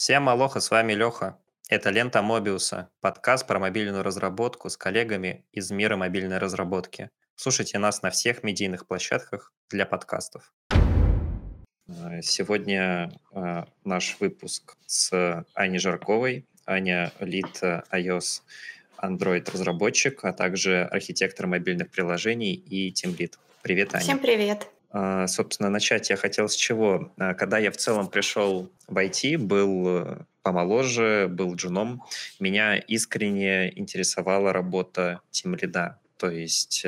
Всем алоха, с вами Леха. Это «Лента Мобиуса», подкаст про мобильную разработку с коллегами из мира мобильной разработки. Слушайте нас на всех медийных площадках для подкастов. Сегодня наш выпуск с Аней Жарковой. Аня — лид iOS Android разработчик, а также архитектор мобильных приложений и тимлид. Привет, Аня. Всем привет. Собственно, начать я хотел с чего. Когда я в целом пришел в IT, был помоложе, был джуном, меня искренне интересовала работа тимлида. То есть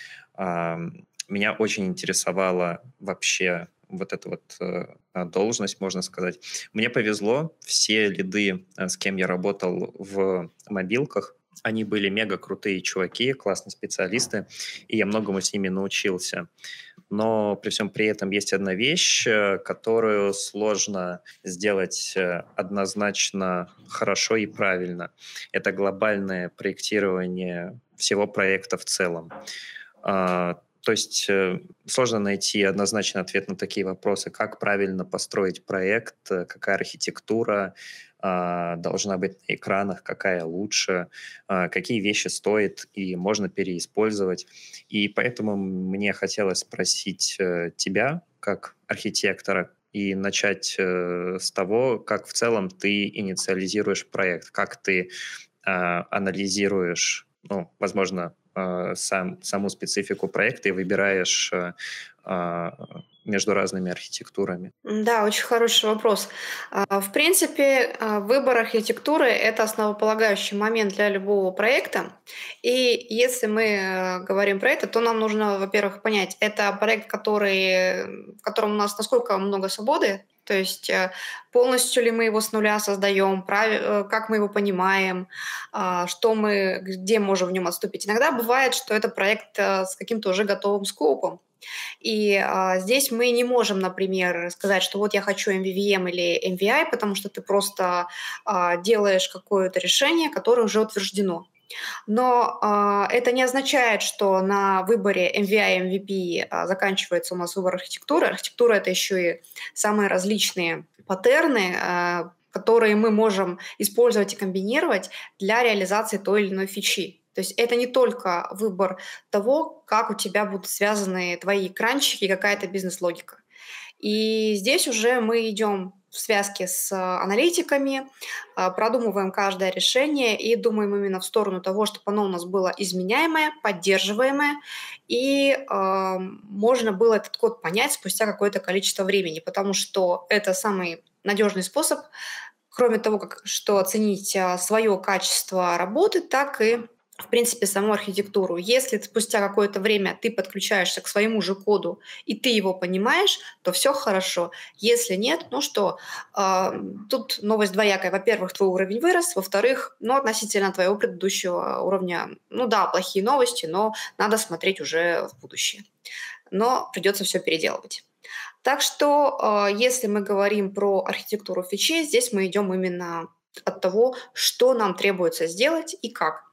меня очень интересовала вообще вот эта вот должность, можно сказать. Мне повезло, все лиды, с кем я работал в мобилках, они были мега крутые чуваки, классные специалисты, и я многому с ними научился. Но при всем при этом есть одна вещь, которую сложно сделать однозначно хорошо и правильно. Это глобальное проектирование всего проекта в целом. То есть сложно найти однозначный ответ на такие вопросы, как правильно построить проект, какая архитектура должна быть на экранах, какая лучше, какие вещи стоит и можно переиспользовать. И поэтому мне хотелось спросить тебя, как архитектора, и начать с того, как в целом ты инициализируешь проект, как ты анализируешь, ну, возможно, саму специфику проекта и выбираешь между разными архитектурами. Да, очень хороший вопрос. В принципе, выбор архитектуры — это основополагающий момент для любого проекта. И если мы говорим про это, то нам нужно, во-первых, понять, это проект, в котором у нас насколько много свободы, то есть полностью ли мы его с нуля создаем, как мы его понимаем, где можем в нем отступить. Иногда бывает, что это проект с каким-то уже готовым скопом. И здесь мы не можем, например, сказать, что вот я хочу MVVM или MVI, потому что ты просто делаешь какое-то решение, которое уже утверждено. Но это не означает, что на выборе MVI и MVP заканчивается у нас выбор архитектуры. Архитектура — это еще и самые различные паттерны, которые мы можем использовать и комбинировать для реализации той или иной фичи. То есть это не только выбор того, как у тебя будут связаны твои экранчики и какая-то бизнес-логика. И здесь уже мы идем в связке с аналитиками, продумываем каждое решение и думаем именно в сторону того, чтобы оно у нас было изменяемое, поддерживаемое, и можно было этот код понять спустя какое-то количество времени, потому что это самый надежный способ, кроме того, что оценить свое качество работы, так и в принципе, саму архитектуру. Если спустя какое-то время ты подключаешься к своему же коду и ты его понимаешь, то все хорошо. Если нет, ну что, тут новость двоякая. Во-первых, твой уровень вырос, во-вторых, ну, относительно твоего предыдущего уровня, ну да, плохие новости, но надо смотреть уже в будущее. Но придется все переделывать. Так что, если мы говорим про архитектуру фичей, здесь мы идем именно от того, что нам требуется сделать и как.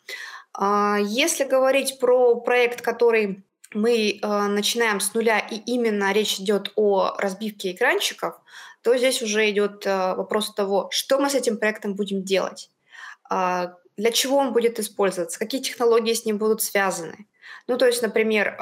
Если говорить про проект, который мы начинаем с нуля, и именно речь идет о разбивке экранчиков, то здесь уже идет вопрос того, что мы с этим проектом будем делать, для чего он будет использоваться, какие технологии с ним будут связаны. Ну, то есть, например,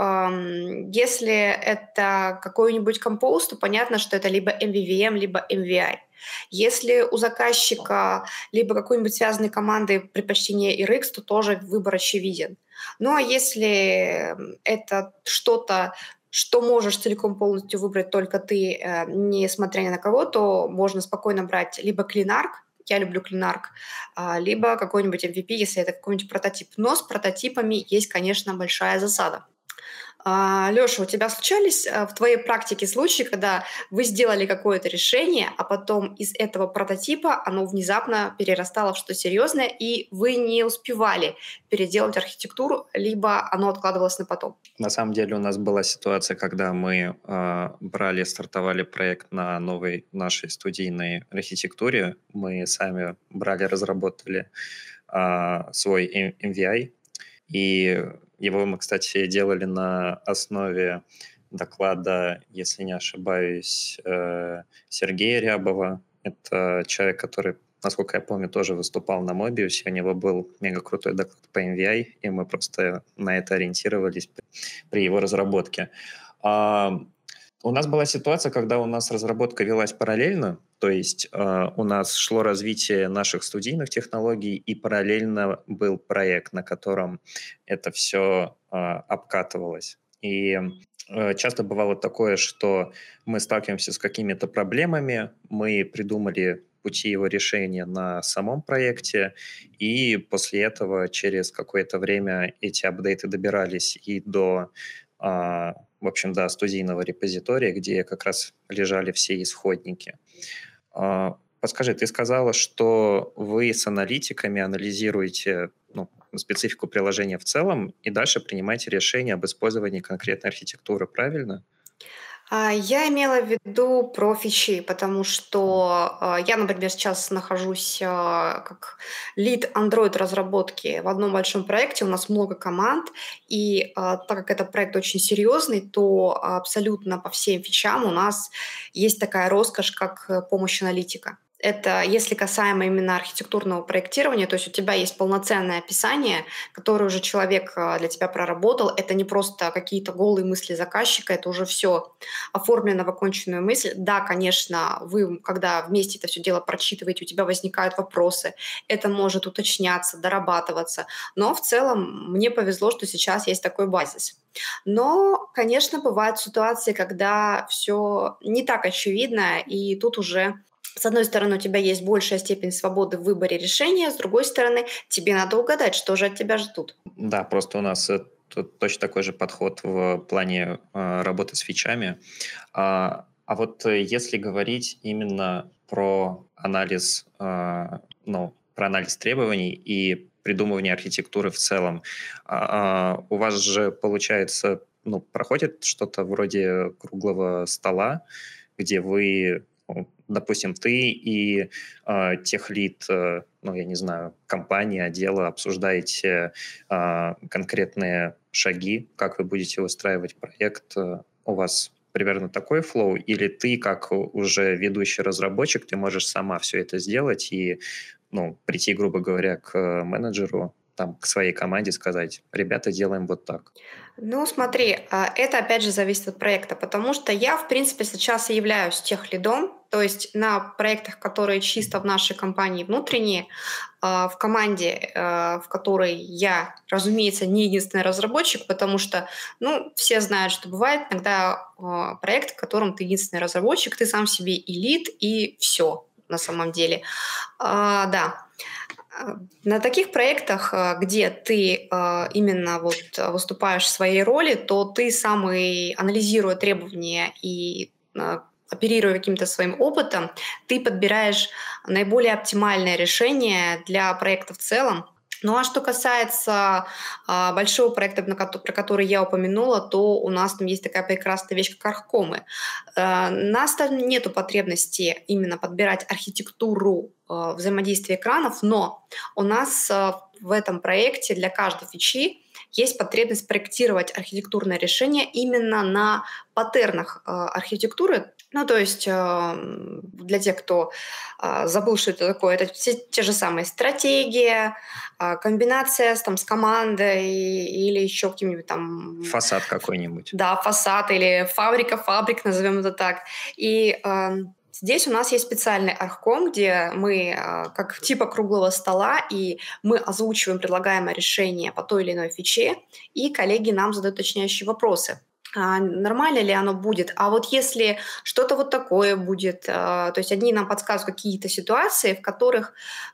если это какой-нибудь Compose, то понятно, что это либо MVVM, либо MVI. Если у заказчика либо какой-нибудь связанной команды предпочтение RX, то тоже выбор очевиден. Ну, а если это что-то, что можешь целиком полностью выбрать только ты, несмотря ни на кого, то можно спокойно брать либо CleanArc, я люблю CleanArc, либо какой-нибудь MVP, если это какой-нибудь прототип. Но с прототипами есть, конечно, большая засада. Лёша, у тебя случались в твоей практике случаи, когда вы сделали какое-то решение, а потом из этого прототипа оно внезапно перерастало в что-то серьезное, и вы не успевали переделать архитектуру, либо оно откладывалось на потом? На самом деле у нас была ситуация, когда мы стартовали проект на новой нашей студийной архитектуре. Мы сами разработали свой MVI, и его мы, кстати, делали на основе доклада, если не ошибаюсь, Сергея Рябова, Это человек, который, насколько я помню, тоже выступал на Mobius. У него был мега крутой доклад по MVI, и мы просто на это ориентировались при его разработке. А, У нас была ситуация, когда у нас разработка велась параллельно, то есть у нас шло развитие наших студийных технологий, и параллельно был проект, на котором это все обкатывалось. И часто бывало такое, что мы сталкиваемся с какими-то проблемами, мы придумали пути его решения на самом проекте, и после этого через какое-то время эти апдейты добирались и до в общем, да, студийного репозитория, где как раз лежали все исходники. Подскажи, ты сказала, что вы с аналитиками анализируете специфику приложения в целом и дальше принимаете решение об использовании конкретной архитектуры, правильно? Я имела в виду про фичи, потому что я, например, сейчас нахожусь как лид Android разработки в одном большом проекте, у нас много команд, и так как это проект очень серьезный, то абсолютно по всем фичам у нас есть такая роскошь, как помощь аналитика. Это если касаемо именно архитектурного проектирования, то есть у тебя есть полноценное описание, которое уже человек для тебя проработал. Это не просто какие-то голые мысли заказчика, это уже все оформлено в оконченную мысль. Да, конечно, вы, когда вместе это все дело прочитываете, у тебя возникают вопросы, это может уточняться, дорабатываться. Но в целом мне повезло, что сейчас есть такой базис. Но, конечно, бывают ситуации, когда все не так очевидно, и тут уже с одной стороны, у тебя есть большая степень свободы в выборе решения, с другой стороны, тебе надо угадать, что же от тебя ждут. Да, просто у нас тут точно такой же подход в плане работы с фичами. Вот если говорить именно про анализ, про анализ требований и придумывание архитектуры в целом, у вас же, получается, проходит что-то вроде круглого стола, где вы, допустим, ты и техлид, я не знаю, компании, отдела обсуждаете конкретные шаги, как вы будете выстраивать проект. У вас примерно такой флоу, или ты, как уже ведущий разработчик, ты можешь сама все это сделать и прийти, грубо говоря, к менеджеру, там, к своей команде сказать: ребята, делаем вот так. Ну, смотри, это опять же зависит от проекта, потому что я, в принципе, сейчас и являюсь техлидом, то есть на проектах, которые чисто в нашей компании внутренние, в команде, в которой я, разумеется, не единственный разработчик, потому что, все знают, что бывает иногда проект, в котором ты единственный разработчик, ты сам себе и лид, и все на самом деле. Да. На таких проектах, где ты именно выступаешь в своей роли, то ты сам и анализируя требования и оперируя каким-то своим опытом, ты подбираешь наиболее оптимальное решение для проекта в целом. Ну а что касается большого проекта, про который я упомянула, то у нас там есть такая прекрасная вещь, как архкомы. У нас там нет потребности именно подбирать архитектуру взаимодействия экранов, но у нас в этом проекте для каждой фичи есть потребность проектировать архитектурное решение именно на паттернах архитектуры. Ну, то есть для тех, кто забыл, что это такое, это все те же самые стратегия, комбинация с командой или еще каким-нибудь там... Фасад какой-нибудь. Да, фасад или фабрик, назовем это так. И здесь у нас есть специальный архком, где мы как типа круглого стола, и мы озвучиваем предлагаемое решение по той или иной фиче, и коллеги нам задают уточняющие вопросы. Нормально ли оно будет? А вот если что-то вот такое будет, то есть одни нам подсказывают какие-то ситуации, в которых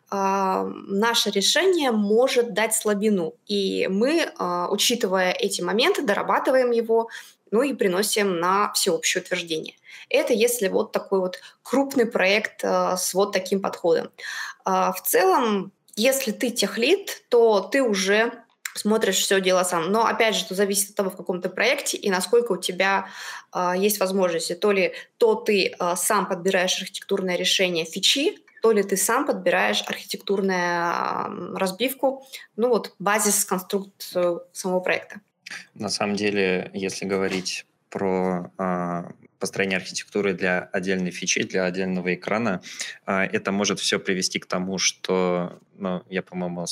наше решение может дать слабину. И мы, учитывая эти моменты, дорабатываем его, и приносим на всеобщее утверждение. Это если вот такой вот крупный проект с вот таким подходом. В целом, если ты техлид, то ты уже смотришь все дело сам. Но, опять же, это зависит от того, в каком ты проекте и насколько у тебя есть возможности. То ты сам подбираешь архитектурное решение фичи, то ли ты сам подбираешь архитектурную разбивку, базис, конструкцию самого проекта. На самом деле, если говорить про построения архитектуры для отдельной фичи, для отдельного экрана, это может все привести к тому, что, ну, я, по-моему,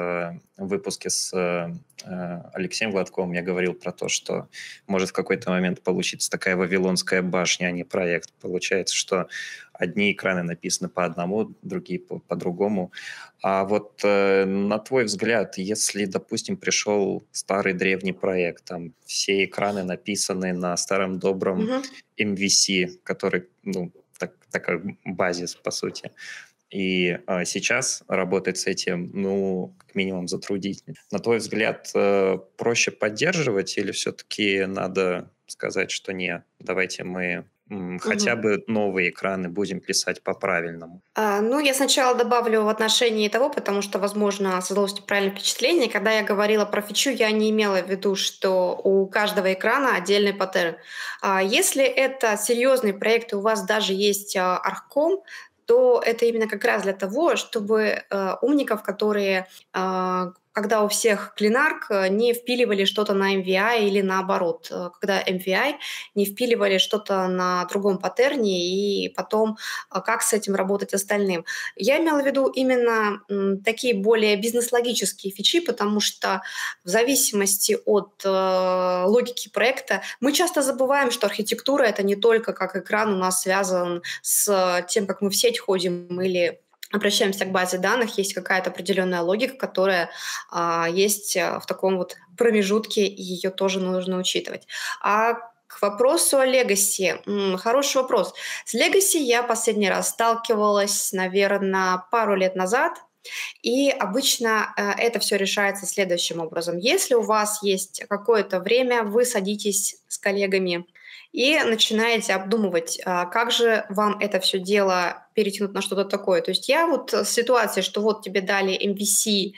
в выпуске с Алексеем Гладковым я говорил про то, что может в какой-то момент получиться такая Вавилонская башня, а не проект. Получается, что одни экраны написаны по одному, другие по другому. А вот на твой взгляд, если, допустим, пришел старый древний проект, там все экраны написаны на старом добром Мгм. MVC, который, ну, такой базис, по сути, и сейчас работать с этим, ну, как минимум затруднительно. На твой взгляд, проще поддерживать или все-таки надо сказать, что нет, давайте мы хотя Мгм. бы новые экраны будем писать по-правильному? Ну, я сначала добавлю в отношении того, потому что, возможно, создалось неправильное впечатление. Когда я говорила про фичу, я не имела в виду, что у каждого экрана отдельный паттерн. Если это серьезный проект, и у вас даже есть архком, то это именно как раз для того, чтобы умников, которые, когда у всех клинарк, не впиливали что-то на MVI или наоборот, когда MVI не впиливали что-то на другом паттерне и потом как с этим работать остальным. Я имела в виду именно такие более бизнес-логические фичи, потому что в зависимости от логики проекта мы часто забываем, что архитектура — это не только как экран у нас связан с тем, как мы в сеть ходим или обращаемся к базе данных, есть какая-то определенная логика, которая есть в таком вот промежутке, и ее тоже нужно учитывать. А к вопросу о легаси. Хороший вопрос. С Legacy я последний раз сталкивалась, наверное, пару лет назад. И обычно это все решается следующим образом. Если у вас есть какое-то время, вы садитесь с коллегами и начинаете обдумывать, как же вам это все дело перетянуть на что-то такое. То есть я вот в ситуации, что вот тебе дали MVC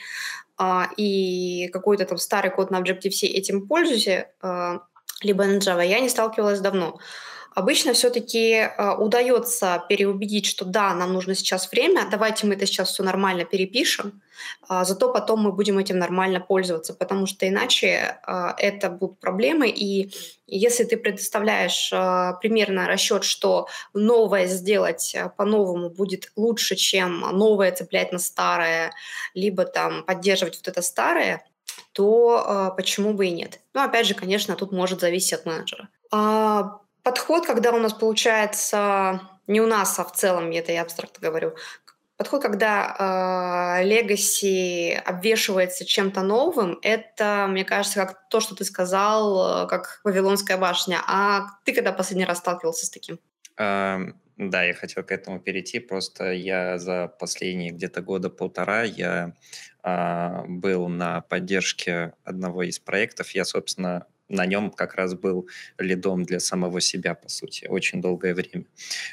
и какой-то там старый код на Objective-C, этим пользуйся, либо на Java, я не сталкивалась давно. Обычно все-таки удается переубедить, что да, нам нужно сейчас время, давайте мы это сейчас все нормально перепишем, зато потом мы будем этим нормально пользоваться, потому что иначе это будут проблемы. И если ты предоставляешь примерно расчет, что новое сделать по-новому будет лучше, чем новое цеплять на старое, либо там поддерживать вот это старое, то почему бы и нет? Но опять же, конечно, тут может зависеть от менеджера. Подход, когда у нас получается, не у нас, а в целом, это я абстрактно говорю, подход, когда легаси обвешивается чем-то новым, это, мне кажется, как то, что ты сказал, как Вавилонская башня. А ты когда последний раз сталкивался с таким? Да, я хотел к этому перейти. Просто я за последние где-то года полтора я был на поддержке одного из проектов. Я, собственно, на нем как раз был лидом для самого себя, по сути, очень долгое время.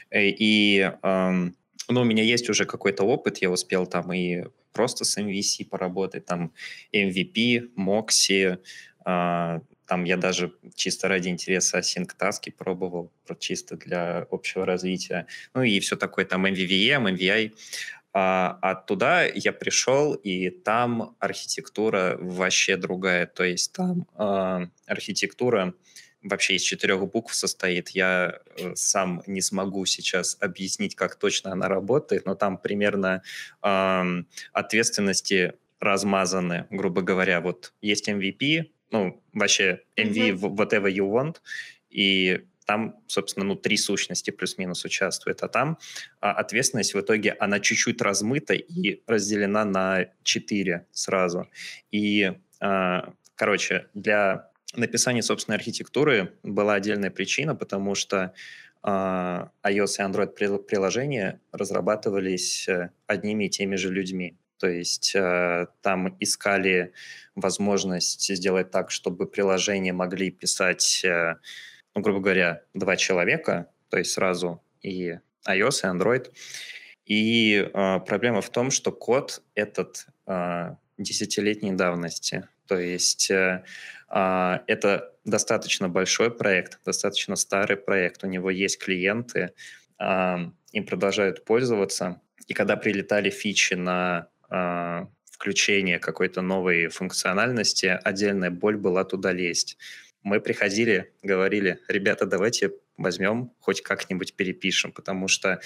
Ну, у меня есть уже какой-то опыт, я успел там и просто с MVC поработать, там MVP, Moxie, там я даже чисто ради интереса async-таски пробовал, чисто для общего развития. Ну и все такое, там MVVM, MVI. А туда я пришел, и там архитектура вообще другая. То есть там архитектура вообще из 4 букв состоит. Я сам не смогу сейчас объяснить, как точно она работает, но там примерно ответственности размазаны, грубо говоря. Вот есть MVP, ну, вообще MV Мгм. whatever you want, и там, собственно, ну, 3 сущности плюс-минус участвуют, а там ответственность в итоге, она чуть-чуть размыта и разделена на 4 сразу. И, короче, для написания собственной архитектуры была отдельная причина, потому что iOS и Android приложения разрабатывались одними и теми же людьми. То есть там искали возможность сделать так, чтобы приложения могли писать, ну, грубо говоря, 2 человека, то есть сразу и iOS, и Android. И проблема в том, что код этот десятилетней давности. То есть это достаточно большой проект, достаточно старый проект. У него есть клиенты, им продолжают пользоваться. И когда прилетали фичи на включение какой-то новой функциональности, отдельная боль была туда лезть. Мы приходили, говорили: ребята, давайте возьмем, хоть как-нибудь перепишем, потому что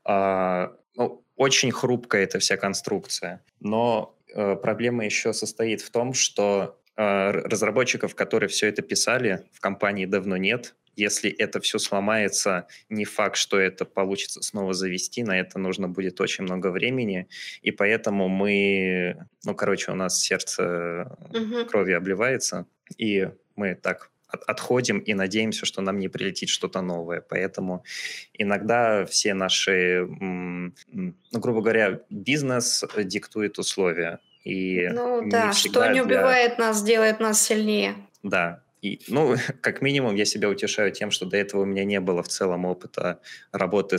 очень хрупкая эта вся конструкция. Но проблема еще состоит в том, что разработчиков, которые все это писали, в компании давно нет. Если это все сломается, не факт, что это получится снова завести, на это нужно будет очень много времени, и поэтому у нас сердце Мгм. кровью обливается, и мы так отходим и надеемся, что нам не прилетит что-то новое. Поэтому иногда все наши, грубо говоря, бизнес диктует условия. И Ну не да, что всегда не для... убивает нас, делает нас сильнее. Да, как минимум я себя утешаю тем, что до этого у меня не было в целом опыта работы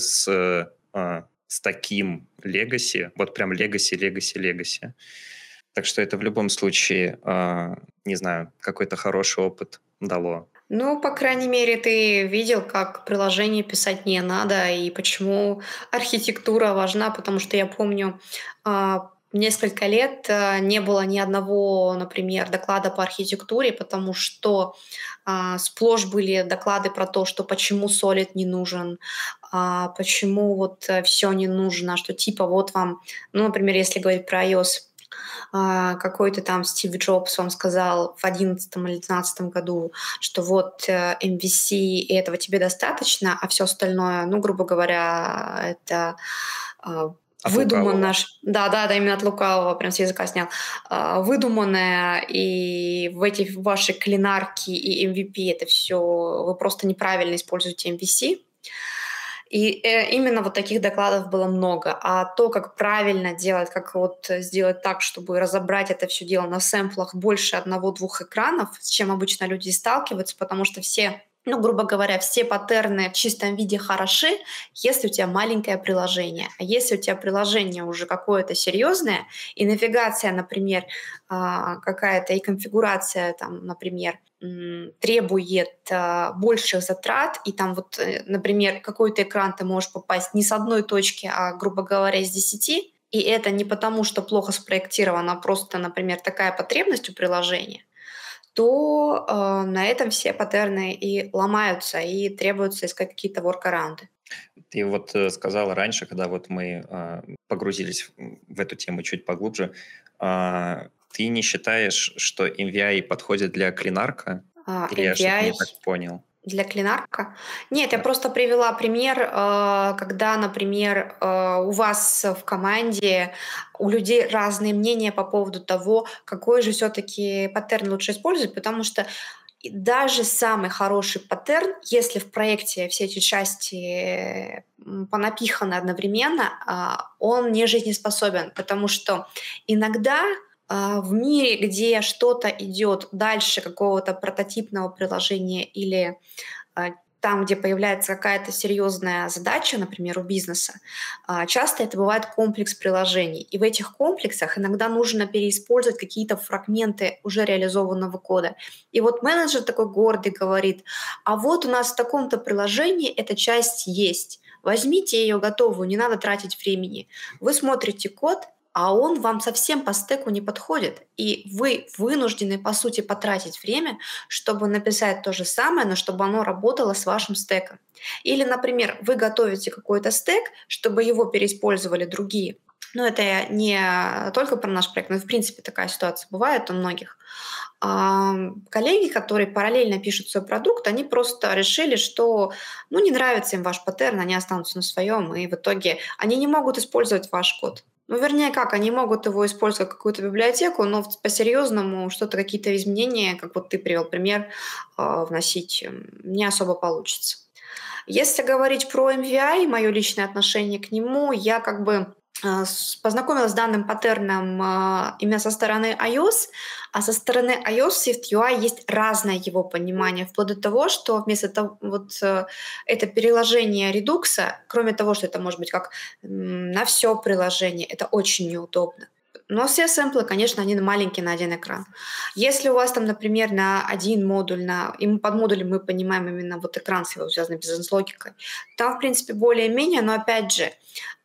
с таким легаси, вот прям легаси, легаси, легаси. Так что это в любом случае, не знаю, какой-то хороший опыт дало. Ну, по крайней мере, ты видел, как приложение писать не надо и почему архитектура важна, потому что я помню, несколько лет не было ни одного, например, доклада по архитектуре, потому что сплошь были доклады про то, что почему Solid не нужен, почему вот все не нужно, что типа вот вам, ну, например, если говорить про iOS, какой-то там Стив Джобс вам сказал в 11 или 12 году, что вот MVC, и этого тебе достаточно, а все остальное, ну, грубо говоря, это От лукавого. да, именно от лукавого, прям с языка снял, выдуманное, и в эти ваши клинарки и MVP это все, вы просто неправильно используете MVC, и именно вот таких докладов было много. А то, как правильно делать, как вот сделать так, чтобы разобрать это все дело на сэмплах больше одного-двух экранов, с чем обычно люди сталкиваются, потому что все, ну, грубо говоря, все паттерны в чистом виде хороши, если у тебя маленькое приложение. А если у тебя приложение уже какое-то серьезное, и навигация, например, какая-то, и конфигурация, там, например, требует больших затрат, и там вот, например, какой-то экран ты можешь попасть не с одной точки, а, грубо говоря, с 10, и это не потому, что плохо спроектировано, а просто, например, такая потребность у приложения, то на этом все паттерны и ломаются, и требуется искать какие-то воркараунды. Ты вот сказала раньше, когда вот мы погрузились в эту тему чуть поглубже, ты не считаешь, что MVI подходит для клинарка? Или я что-то MVI не так понял? для клинарка? Нет, я Да. просто привела пример, когда, например, у вас в команде у людей разные мнения по поводу того, какой же все-таки паттерн лучше использовать, потому что и даже самый хороший паттерн, если в проекте все эти части понапиханы одновременно, он не жизнеспособен, потому что иногда в мире, где что-то идет дальше какого-то прототипного приложения или а, там, где появляется какая-то серьезная задача, например, у бизнеса, часто это бывает комплекс приложений. И в этих комплексах иногда нужно переиспользовать какие-то фрагменты уже реализованного кода. И вот менеджер такой гордый говорит, а вот у нас в таком-то приложении эта часть есть. Возьмите ее готовую, не надо тратить времени. Вы смотрите код, а он вам совсем по стеку не подходит. И вы вынуждены, по сути, потратить время, чтобы написать то же самое, но чтобы оно работало с вашим стеком. Или, например, вы готовите какой-то стек, чтобы его переиспользовали другие. Но это я не только про наш проект, но и в принципе такая ситуация бывает у многих. Коллеги, которые параллельно пишут свой продукт, они просто решили, что ну, не нравится им ваш паттерн, они останутся на своем, и в итоге они не могут использовать ваш код. Ну, вернее, как, они могут его использовать как какую-то библиотеку, но по-серьезному что-то, какие-то изменения, как вот ты привел пример, вносить не особо получится. Если говорить про MVI, мое личное отношение к нему, я как бы познакомилась с данным паттерном именно со стороны iOS, а со стороны iOS SwiftUI есть разное его понимание, вплоть до того, что вместо того, вот это переложение редукса, кроме того, что это может быть как на все приложение, это очень неудобно. Но все сэмплы, конечно, они маленькие на один экран. Если у вас там, например, на один модуль, и под модулем мы понимаем именно вот экран с его связанной бизнес-логикой, там, в принципе, более-менее, но опять же,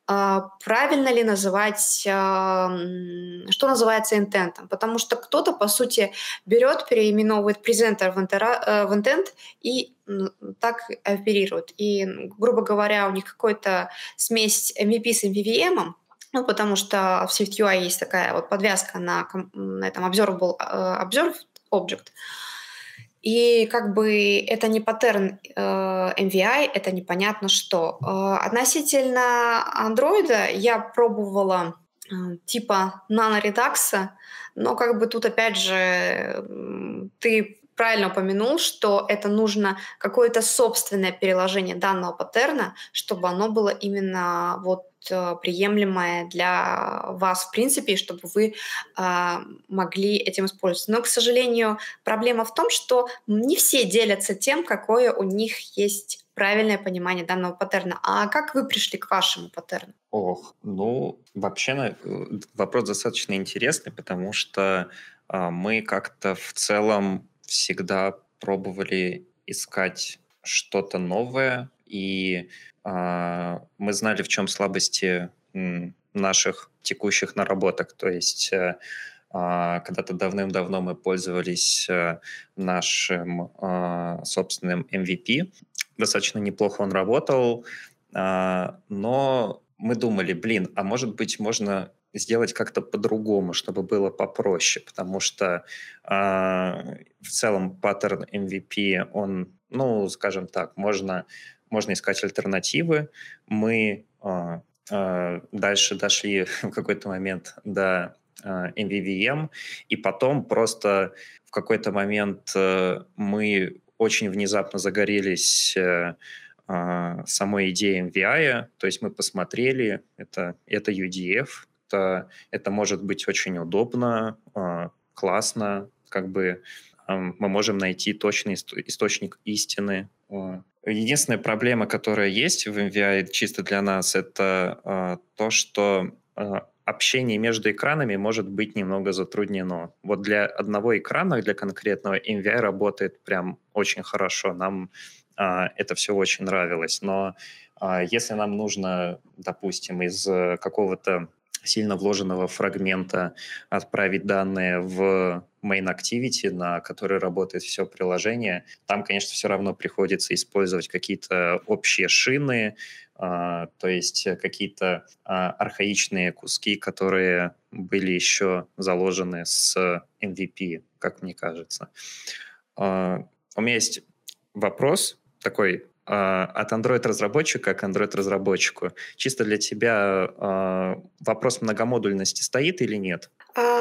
правильно ли называть, что называется интентом. Потому что кто-то, по сути, берет, переименовывает презентер в intent и так оперирует. И, грубо говоря, у них какой-то смесь MVP с MVVM, ну, потому что в SwiftUI есть такая вот подвязка на этом observed object. И как бы это не паттерн MVI, это непонятно что. Относительно андроида я пробовала типа наноредакса, но как бы тут опять же ты правильно упомянул, что это нужно какое-то собственное переложение данного паттерна, чтобы оно было именно вот приемлемое для вас в принципе, и чтобы вы могли этим использоваться. Но, к сожалению, проблема в том, что не все делятся тем, какое у них есть правильное понимание данного паттерна. А как вы пришли к вашему паттерну? Ох, ну, вообще вопрос достаточно интересный, потому что мы как-то в целом всегда пробовали искать что-то новое, и мы знали, в чем слабости наших текущих наработок. То есть когда-то давным-давно мы пользовались нашим собственным MVP. Достаточно неплохо он работал, но мы думали, блин, а может быть можно сделать как-то по-другому, чтобы было попроще, потому что в целом паттерн MVP, он, ну, скажем так, можно искать альтернативы. Мы дальше дошли в какой-то момент до MVVM, и потом просто в какой-то момент мы очень внезапно загорелись самой идеей MVI, то есть мы посмотрели, это UDF, это может быть очень удобно, классно, как бы мы можем найти точный источник истины. Единственная проблема, которая есть в MVI чисто для нас, это то, что общение между экранами может быть немного затруднено. Вот для одного экрана, для конкретного, MVI работает прям очень хорошо. Нам это все очень нравилось. Но если нам нужно, допустим, из какого-то сильно вложенного фрагмента отправить данные в main activity, на который работает все приложение, там, конечно, все равно приходится использовать какие-то общие шины, то есть какие-то архаичные куски, которые были еще заложены с MVP, как мне кажется. У меня есть вопрос такой от Android-разработчика к Android-разработчику. Чисто для тебя вопрос многомодульности стоит или нет?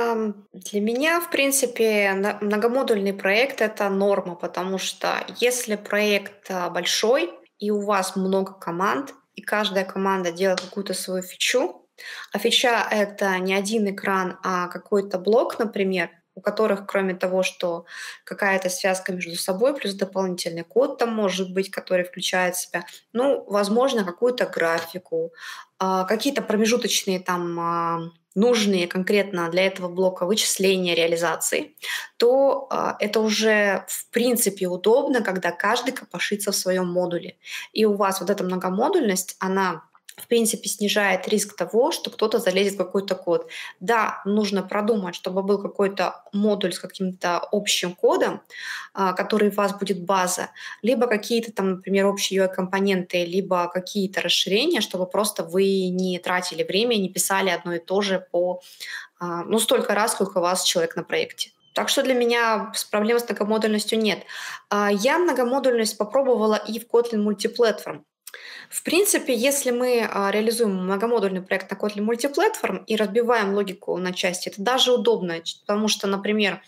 Для меня, в принципе, многомодульный проект — это норма, потому что если проект большой, и у вас много команд, и каждая команда делает какую-то свою фичу, а фича — это не один экран, а какой-то блок, например, у которых, кроме того, что какая-то связка между собой, плюс дополнительный код там может быть, который включает в себя, ну, возможно, какую-то графику, какие-то промежуточные там нужные конкретно для этого блока вычисления реализации, то это уже в принципе удобно, когда каждый копошится в своем модуле. И у вас вот эта многомодульность, она в принципе снижает риск того, что кто-то залезет в какой-то код. Да, нужно продумать, чтобы был какой-то модуль с каким-то общим кодом, который у вас будет база, либо какие-то там, например, общие UI-компоненты, либо какие-то расширения, чтобы просто вы не тратили время, не писали одно и то же по ну, столько раз, сколько у вас человек на проекте. Так что для меня проблем с многомодульностью нет. Я многомодульность попробовала и в Kotlin Multiplatform. В принципе, если мы реализуем многомодульный проект на Kotlin Multiplatform и разбиваем логику на части, это даже удобно, потому что, например,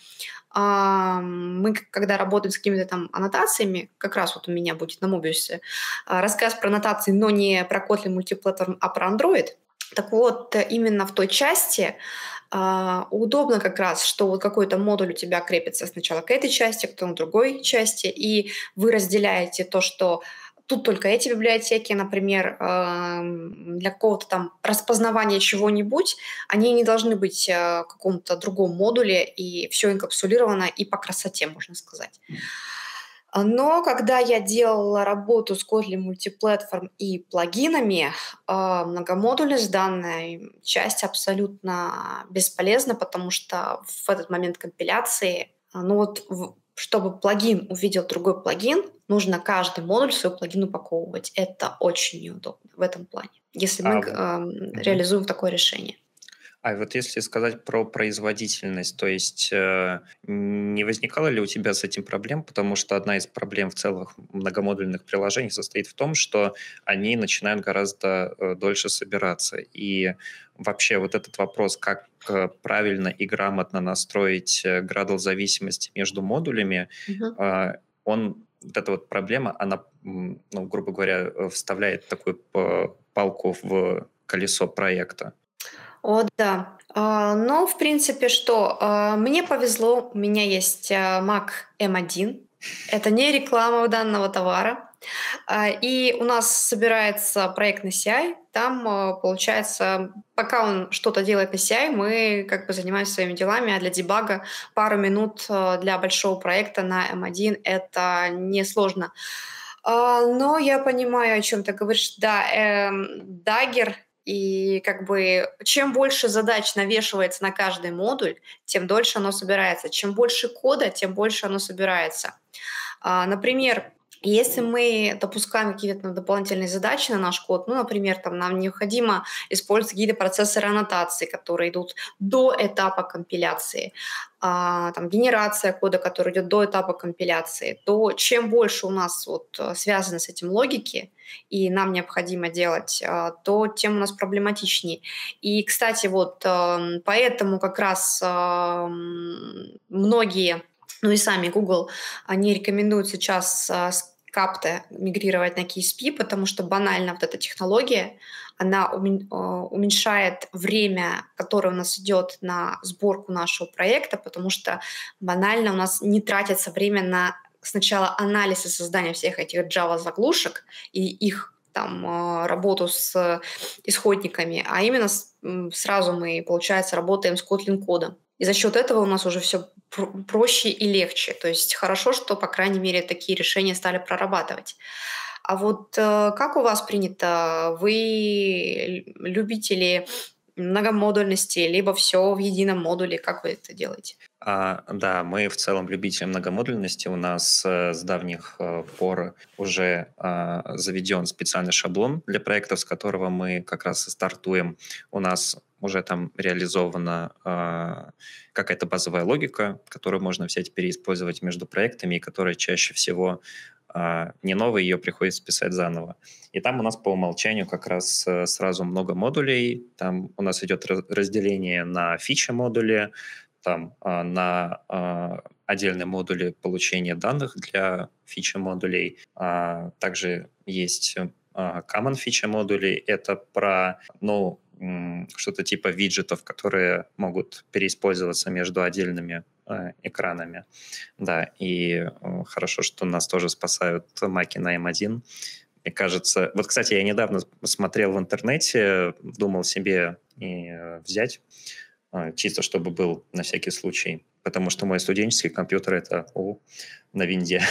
мы, когда работаем с какими-то там аннотациями, как раз вот у меня будет на Mobius рассказ про аннотации, но не про Kotlin Multiplatform, а про Android. Так вот, именно в той части удобно как раз, что вот какой-то модуль у тебя крепится сначала к этой части, потом к другой части, и вы разделяете то, что тут только эти библиотеки, например, для какого-то там распознавания чего-нибудь, они не должны быть в каком-то другом модуле, и все инкапсулировано и по красоте, можно сказать. Но когда я делала работу с Kotlin Multiplatform и плагинами, многомодульность данной части абсолютно бесполезна, потому что в этот момент компиляции, ну вот чтобы плагин увидел другой плагин, нужно каждый модуль в свой плагин упаковывать. Это очень неудобно в этом плане, если мы А вот мгм. реализуем такое решение. А вот если сказать про производительность, то есть не возникало ли у тебя с этим проблем? Потому что одна из проблем в целых многомодульных приложений состоит в том, что они начинают гораздо дольше собираться. И вообще вот этот вопрос, как правильно и грамотно настроить градус зависимости между модулями, Мгм. он вот эта вот проблема, она, ну, грубо говоря, вставляет такую палку в колесо проекта. О да. Но, в принципе, что, мне повезло, у меня есть, Mac M1. Это не реклама данного товара. И у нас собирается проект на CI. Там, получается, пока он что-то делает на CI, мы как бы занимаемся своими делами, а для дебага пару минут, для большого проекта на M1 — это несложно. Но я понимаю, о чем ты говоришь. Да, Dagger, и как бы чем больше задач навешивается на каждый модуль, тем дольше оно собирается. Чем больше кода, тем больше оно собирается. Например, если мы допускаем какие-то дополнительные задачи на наш код, ну, например, там, нам необходимо использовать какие-то процессоры аннотации, которые идут до этапа компиляции, там, генерация кода, который идет до этапа компиляции, то чем больше у нас вот связано с этим логики, и нам необходимо делать, то тем у нас проблематичнее. И, кстати, вот поэтому как раз многие, ну и сами Google, они рекомендуют сейчас с Капта мигрировать на KSP, потому что банально вот эта технология, она уменьшает время, которое у нас идет на сборку нашего проекта, потому что банально у нас не тратится время на сначала анализ и создание всех этих Java-заглушек и их там работу с исходниками, а именно сразу мы, получается, работаем с Kotlin-кодом. И за счет этого у нас уже все проще и легче. То есть хорошо, что, по крайней мере, такие решения стали прорабатывать. А вот как у вас принято? Вы любители многомодульности, либо все в едином модуле? Как вы это делаете? Да, мы в целом любители многомодульности. У нас с давних пор уже заведен специальный шаблон для проектов, с которого мы как раз и стартуем. У нас уже там реализована какая-то базовая логика, которую можно взять, переиспользовать между проектами, и которая чаще всего не новая, ее приходится писать заново. И там у нас по умолчанию как раз сразу много модулей. Там у нас идет разделение на фичи-модули, там на отдельные модули получения данных для фичи-модулей. Также есть common фичи-модули. Это про, ну, что-то типа виджетов, которые могут переиспользоваться между отдельными экранами. Да, и хорошо, что нас тоже спасают маки на M1. Мне кажется... Вот, кстати, я недавно смотрел в интернете, думал себе взять, чисто чтобы был на всякий случай, потому что мой студенческий компьютер — это на винде.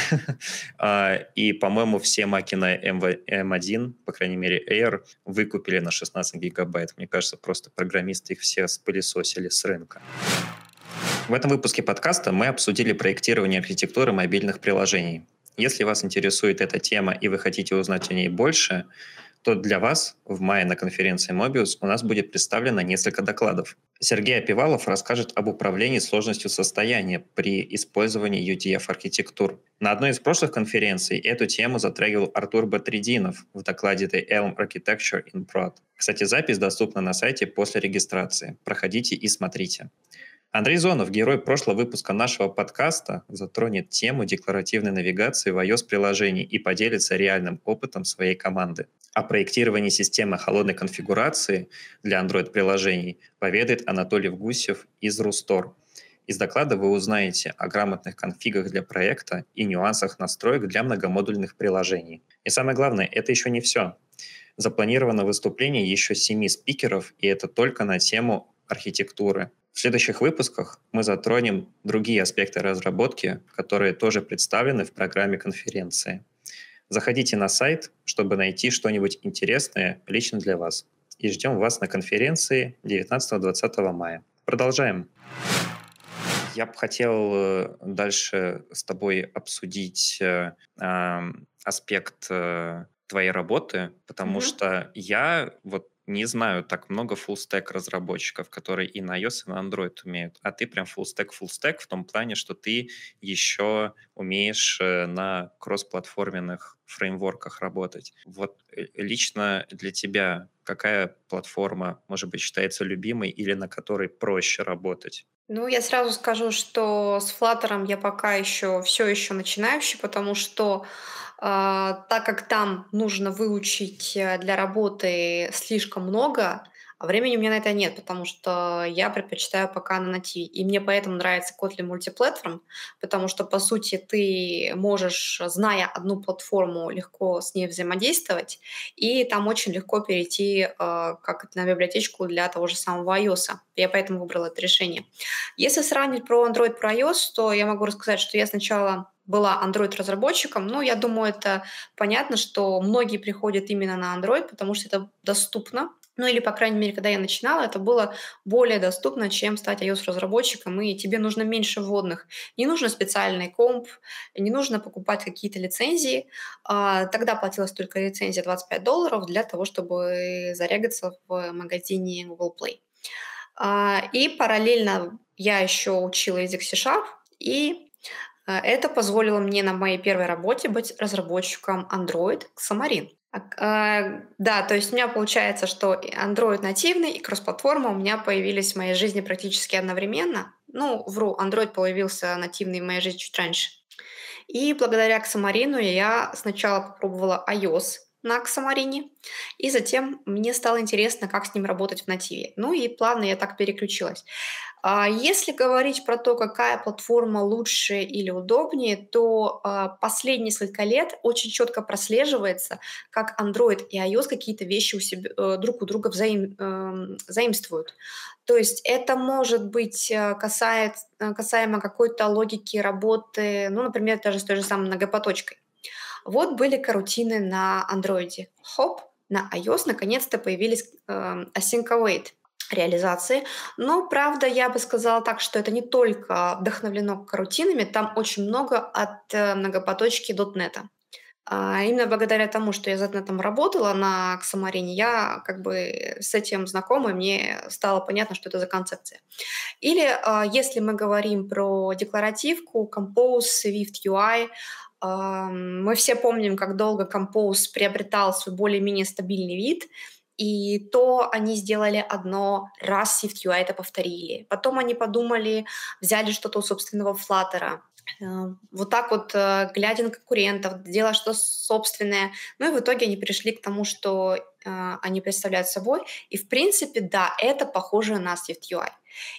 И, по-моему, все маки на M1, по крайней мере Air, выкупили на 16 гигабайт. Мне кажется, просто программисты их все спылесосили с рынка. В этом выпуске подкаста мы обсудили проектирование архитектуры мобильных приложений. Если вас интересует эта тема и вы хотите узнать о ней больше, то для вас в мае на конференции Mobius у нас будет представлено несколько докладов. Сергей Опивалов расскажет об управлении сложностью состояния при использовании UDF-архитектур. На одной из прошлых конференций эту тему затрагивал Артур Батридинов в докладе The Elm Architecture in Prod. Кстати, запись доступна на сайте после регистрации. Проходите и смотрите. Андрей Зонов, герой прошлого выпуска нашего подкаста, затронет тему декларативной навигации в iOS-приложении и поделится реальным опытом своей команды. О проектировании системы холодной конфигурации для Android-приложений поведает Анатолий Гусев из Рустор. Из доклада вы узнаете о грамотных конфигах для проекта и нюансах настроек для многомодульных приложений. И самое главное, это еще не все. Запланировано выступление еще 7 спикеров, и это только на тему архитектуры. В В следующих выпусках мы затронем другие аспекты разработки, которые тоже представлены в программе конференции. Заходите на сайт, чтобы найти что-нибудь интересное лично для вас. И ждем вас на конференции 19-20 мая. Продолжаем. Я бы хотел дальше с тобой обсудить аспект твоей работы, потому что я вот не знаю так много фуллстек разработчиков, которые и на iOS, и на Android умеют. А ты прям фуллстек в том плане, что ты еще умеешь на кроссплатформенных фреймворках работать. Вот лично для тебя какая платформа, может быть, считается любимой или на которой проще работать? Ну, я сразу скажу, что с Flutter я пока еще все еще начинающий, потому что, так как там нужно выучить, для работы слишком много, а времени у меня на это нет, потому что я предпочитаю пока на нативе. И мне поэтому нравится Kotlin Multiplatform, потому что, по сути, ты можешь, зная одну платформу, легко с ней взаимодействовать, и там очень легко перейти, как это, на библиотечку для того же самого iOS. Я поэтому выбрала это решение. Если сравнить про Android, про iOS, то я могу рассказать, что я сначала была Android-разработчиком. Ну, я думаю, это понятно, что многие приходят именно на Android, потому что это доступно. Ну, или, по крайней мере, когда я начинала, это было более доступно, чем стать iOS-разработчиком, и тебе нужно меньше вводных. Не нужно специальный комп, не нужно покупать какие-то лицензии. Тогда платилась только лицензия $25 для того, чтобы зарегаться в магазине Google Play. И параллельно я еще учила язык C-Sharp, и это позволило мне на моей первой работе быть разработчиком Android Xamarin. Да, то есть у меня получается, что и Android нативный, и кросс-платформа у меня появились в моей жизни практически одновременно. Ну, вру, Android появился нативный в моей жизни чуть раньше. И благодаря Xamarin я сначала попробовала iOS на Xamarin, и затем мне стало интересно, как с ним работать в нативе. Ну и плавно я так переключилась. Если говорить про то, какая платформа лучше или удобнее, то последние несколько лет очень четко прослеживается, как Android и iOS какие-то вещи друг у друга заимствуют. То есть это может быть касаемо какой-то логики работы, ну, например, даже с той же самой многопоточкой. Вот были карутины на андроиде. Хоп, на iOS наконец-то появились async await реализации. Но, правда, я бы сказала так, что это не только вдохновлено карутинами, там очень много от многопоточки .NET. Именно благодаря тому, что я за .NET работала на Xamarin, я как бы с этим знакома, и мне стало понятно, что это за концепция. Или если мы говорим про декларативку, Compose, Swift UI, мы все помним, как долго Compose приобретал свой более-менее стабильный вид, и то они сделали одно, раз Swift UI это повторили. Потом они подумали, взяли что-то у собственного Flutter, вот так вот, глядя на конкурентов, делая что собственное. Ну и в итоге они пришли к тому, что они представляют собой. И, в принципе, да, это похоже на Swift UI.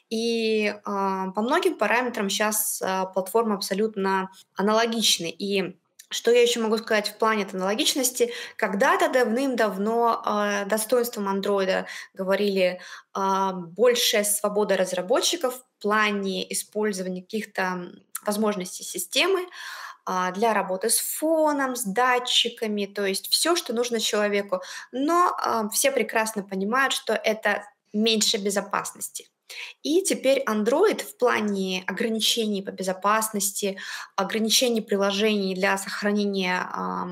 И по многим параметрам сейчас платформы абсолютно аналогичны. И что я еще могу сказать в плане этой аналогичности? Когда-то давным-давно достоинством андроида говорили большая свобода разработчиков в плане использования каких-то возможностей системы для работы с фоном, с датчиками, то есть все, что нужно человеку. Но все прекрасно понимают, что это меньше безопасности. И теперь Android в плане ограничений по безопасности, ограничений приложений для сохранения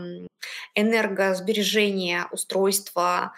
энергосбережения устройства,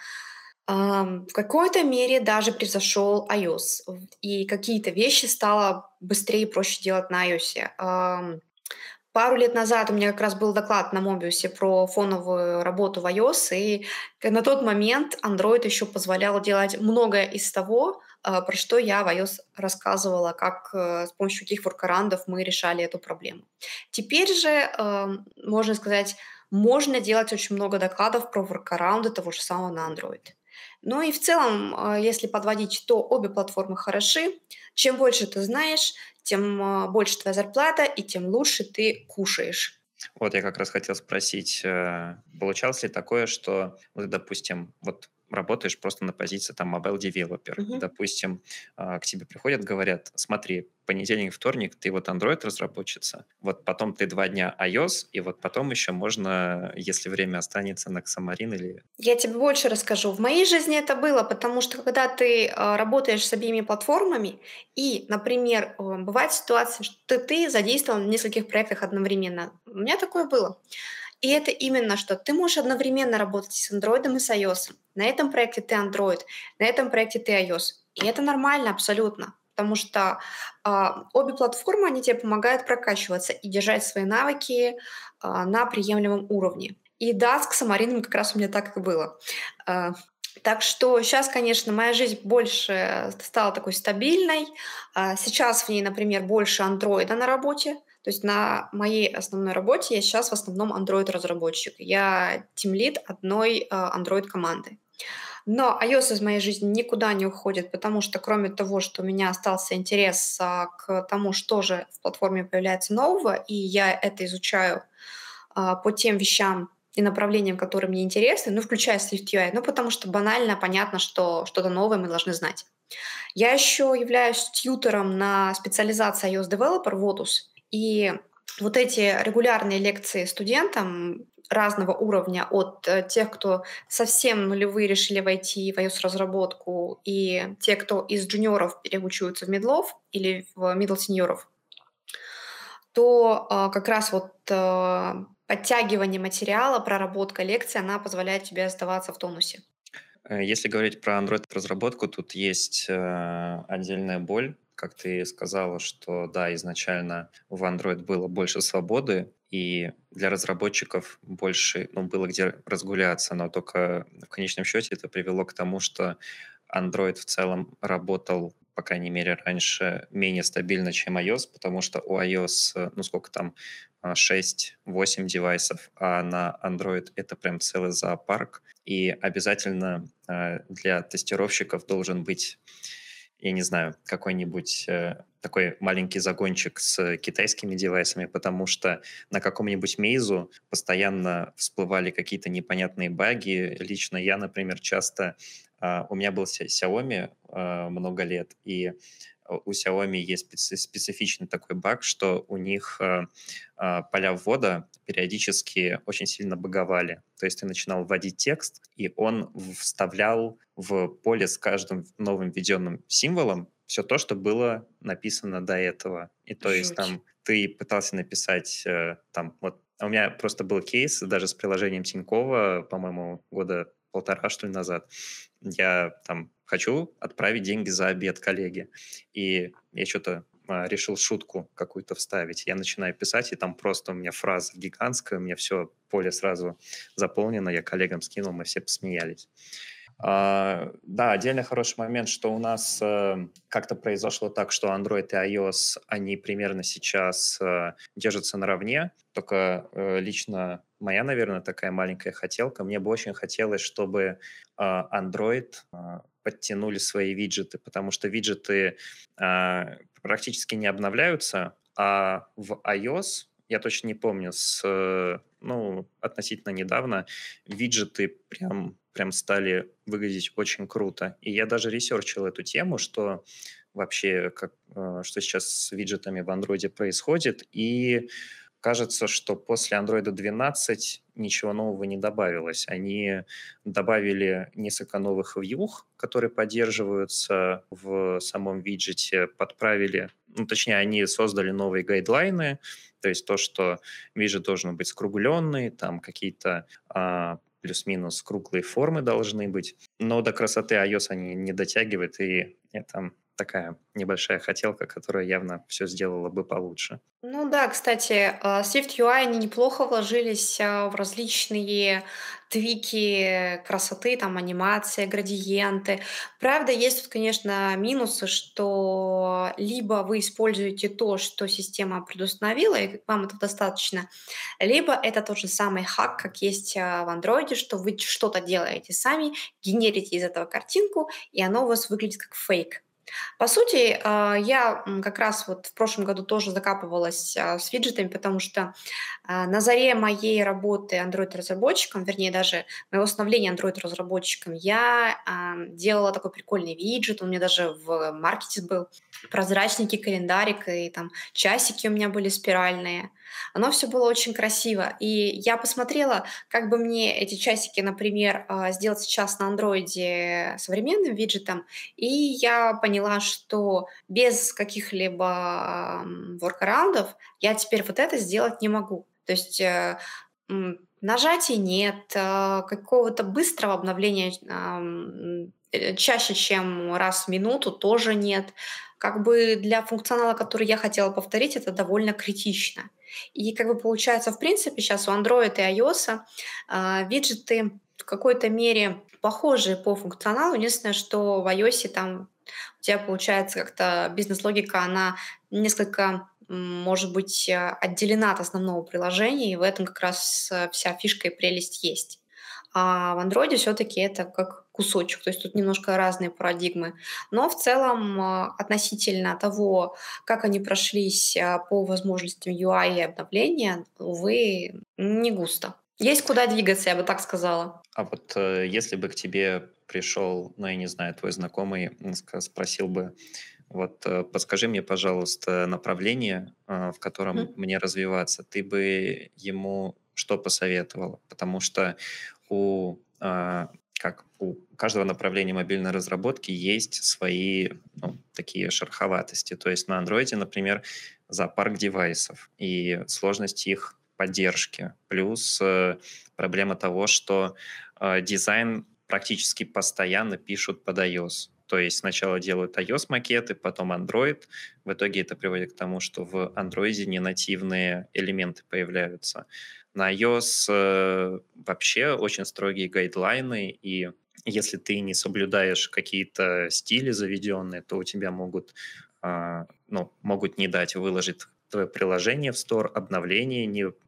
в какой-то мере даже превзошел iOS. И какие-то вещи стало быстрее и проще делать на iOS. Пару лет назад у меня как раз был доклад на Мобиусе про фоновую работу в iOS, и на тот момент Android еще позволял делать многое из того, про что я в iOS рассказывала, как с помощью каких воркарандов мы решали эту проблему. Теперь же, можно сказать, можно делать очень много докладов про воркараунды того же самого на Android. Ну и в целом, если подводить, то обе платформы хороши. Чем больше ты знаешь, тем больше твоя зарплата, и тем лучше ты кушаешь. Вот я как раз хотел спросить, получалось ли такое, что, вот, допустим, вот работаешь просто на позиции там mobile developer. И, Мгм. допустим, к тебе приходят, говорят, смотри, понедельник, вторник ты вот Android-разработчица, вот потом ты 2 дня iOS, и вот потом еще можно, если время останется, на Xamarin или... Я тебе больше расскажу. В моей жизни это было, потому что когда ты работаешь с обеими платформами, и, например, бывает ситуация, что ты задействован в нескольких проектах одновременно. У меня такое было. И это именно что ты можешь одновременно работать и с андроидом, и с iOS. На этом проекте ты Android, на этом проекте ты iOS. И это нормально абсолютно, потому что обе платформы, они тебе помогают прокачиваться и держать свои навыки на приемлемом уровне. И да, с Xamarin как раз у меня так и было. А, так что сейчас, конечно, моя жизнь больше стала такой стабильной. Сейчас в ней, например, больше андроида на работе. То есть на моей основной работе я сейчас в основном Android-разработчик. Я тимлид одной Android-команды. Но iOS из моей жизни никуда не уходит, потому что кроме того, что у меня остался интерес к тому, что же в платформе появляется нового, и я это изучаю по тем вещам и направлениям, которые мне интересны, ну, включая Swift UI, ну, потому что банально понятно, что что-то новое мы должны знать. Я еще являюсь тьютором на специализации iOS Developer Votus, и вот эти регулярные лекции студентам разного уровня, от тех, кто совсем нулевые решили войти в iOS-разработку, и те, кто из джуниоров переучиваются в медлов или в middle сеньоров, то как раз вот подтягивание материала, проработка лекций, она позволяет тебе оставаться в тонусе. Если говорить про Android-разработку, тут есть отдельная боль. Как ты сказала, что да, изначально в Android было больше свободы, и для разработчиков больше, ну, было где разгуляться, но только в конечном счете это привело к тому, что Android в целом работал, по крайней мере, раньше менее стабильно, чем iOS, потому что у iOS, ну, сколько там, 6-8 девайсов, а на Android это прям целый зоопарк, и обязательно для тестировщиков должен быть, я не знаю, какой-нибудь такой маленький загончик с китайскими девайсами, потому что на каком-нибудь мейзу постоянно всплывали какие-то непонятные баги. Лично я, например, часто... у меня был Xiaomi много лет, и у Xiaomi есть специфичный такой баг, что у них поля ввода периодически очень сильно баговали. То есть ты начинал вводить текст, и он вставлял в поле с каждым новым введенным символом все то, что было написано до этого. И то есть Жуть. там ты пытался написать там вот у меня просто был кейс даже с приложением Тинькова, по-моему, года полтора, что ли, назад. Я там хочу отправить деньги за обед коллеге. И я что-то решил шутку какую-то вставить. Я начинаю писать, и там просто у меня фраза гигантская, у меня все поле сразу заполнено, я коллегам скинул, мы все посмеялись. Да, отдельно хороший момент, что у нас как-то произошло так, что Android и iOS, они примерно сейчас держатся наравне, только лично моя, наверное, такая маленькая хотелка. Мне бы очень хотелось, чтобы Android подтянули свои виджеты, потому что виджеты практически не обновляются, а в iOS, я точно не помню, ну, относительно недавно, виджеты прям стали выглядеть очень круто. И я даже ресерчил эту тему, что вообще, что сейчас с виджетами в Android происходит, и кажется, что после Android 12 ничего нового не добавилось. Они добавили несколько новых вьюх, которые поддерживаются в самом виджете, подправили, ну, точнее, они создали новые гайдлайны, то есть то, что виджет должен быть скругленный, там какие-то плюс-минус круглые формы должны быть, но до красоты iOS они не дотягивают, и это такая небольшая хотелка, которая явно все сделала бы получше. Ну да, кстати, Swift UI они неплохо вложились в различные твики красоты, там анимация, градиенты. Правда, есть тут, конечно, минусы, что либо вы используете то, что система предустановила, и вам это достаточно, либо это тот же самый хак, как есть в андроиде, что вы что-то делаете сами, генерите из этого картинку, и оно у вас выглядит как фейк. По сути, я как раз вот в прошлом году тоже закапывалась с виджетами, потому что на заре моей работы Android-разработчиком, вернее, даже моего становления Android-разработчиком, я делала такой прикольный виджет, он у меня даже в маркете был, прозрачненький календарик, и там часики у меня были спиральные. Оно все было очень красиво. И я посмотрела, как бы мне эти часики, например, сделать сейчас на андроиде современным виджетом, и я поняла, что без каких-либо воркараундов я теперь вот это сделать не могу. То есть нажатий нет, какого-то быстрого обновления чаще, чем раз в минуту, тоже нет. Как бы для функционала, который я хотела повторить, это довольно критично. И как бы получается, в принципе, сейчас у Android и iOS виджеты в какой-то мере похожие по функционалу. Единственное, что в iOS там у тебя получается как-то бизнес-логика, она несколько, может быть, отделена от основного приложения, и в этом как раз вся фишка и прелесть есть. А в андроиде все-таки это как кусочек, то есть тут немножко разные парадигмы. Но в целом относительно того, как они прошлись по возможностям UI и обновления, увы, не густо. Есть куда двигаться, я бы так сказала. А вот если бы к тебе пришел, ну, я не знаю, твой знакомый, спросил бы, вот подскажи мне, пожалуйста, направление, в котором Мгм. мне развиваться, ты бы ему что посоветовала? Потому что у, как у каждого направления мобильной разработки есть свои, ну, такие шероховатости. То есть на андроиде, например, зоопарк девайсов и сложность их поддержки. Плюс проблема того, что дизайн практически постоянно пишут под iOS. То есть сначала делают iOS-макеты, потом Android. В итоге это приводит к тому, что в Android не нативные элементы появляются. На iOS вообще очень строгие гайдлайны, и если ты не соблюдаешь какие-то стили заведенные, то у тебя ну, могут не дать выложить твое приложение в Store, обновление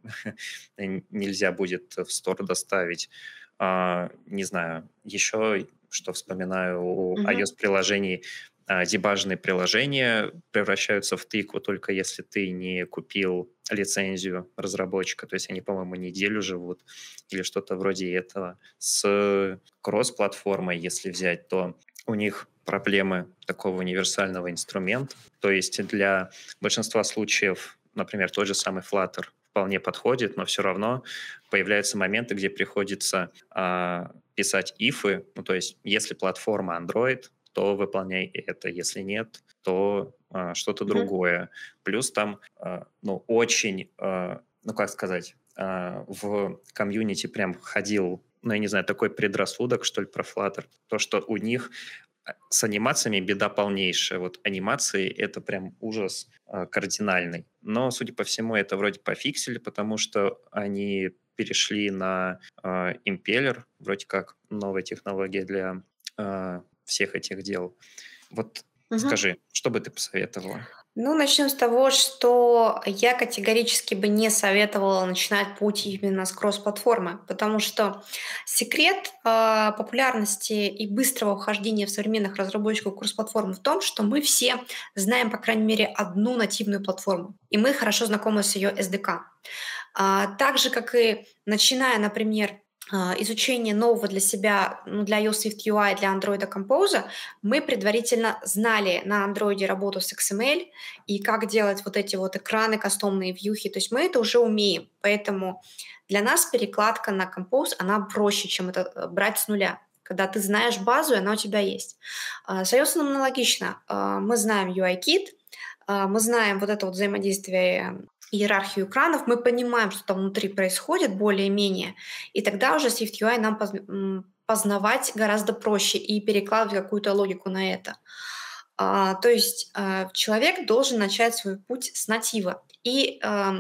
нельзя будет в Store доставить. Не знаю, еще что вспоминаю, у Мгм. iOS-приложений дебажные приложения превращаются в тыкву только если ты не купил лицензию разработчика. То есть они, по-моему, неделю живут или что-то вроде этого. С кросс-платформой, если взять, то у них проблемы такого универсального инструмента. То есть для большинства случаев, например, тот же самый Flutter вполне подходит, но все равно появляются моменты, где приходится писать ифы, ну, то есть если платформа Android, то выполняй это, если нет, то что-то Мгм. другое. Плюс там, ну, очень, ну, как сказать, в комьюнити прям ходил, ну, я не знаю, такой предрассудок, что ли, про Flutter, то, что у них с анимациями беда полнейшая. Вот анимации — это прям ужас кардинальный. Но, судя по всему, это вроде пофиксили, потому что они перешли на импеллер, вроде как новая технология для всех этих дел. Вот Мгм. скажи, что бы ты посоветовала? Ну, начнем с того, что я категорически бы не советовала начинать путь именно с кросс-платформы, потому что секрет популярности и быстрого вхождения в современных разработчиков кросс-платформ в том, что мы все знаем, по крайней мере, одну нативную платформу, и мы хорошо знакомы с ее SDK. Так же, как и начиная, например, изучение нового для себя, ну, для iOS Swift UI, для Android Compose, мы предварительно знали на Android работу с XML и как делать вот эти вот экраны, кастомные вьюхи. То есть мы это уже умеем. Поэтому для нас перекладка на Compose, она проще, чем это брать с нуля. Когда ты знаешь базу, и она у тебя есть. С iOS аналогично. Мы знаем UI-кит, мы знаем вот это вот взаимодействие, иерархию экранов, мы понимаем, что там внутри происходит более-менее, и тогда уже Swift UI нам познавать гораздо проще и перекладывать какую-то логику на это. То есть человек должен начать свой путь с натива. И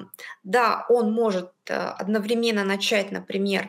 да, он может одновременно начать, например,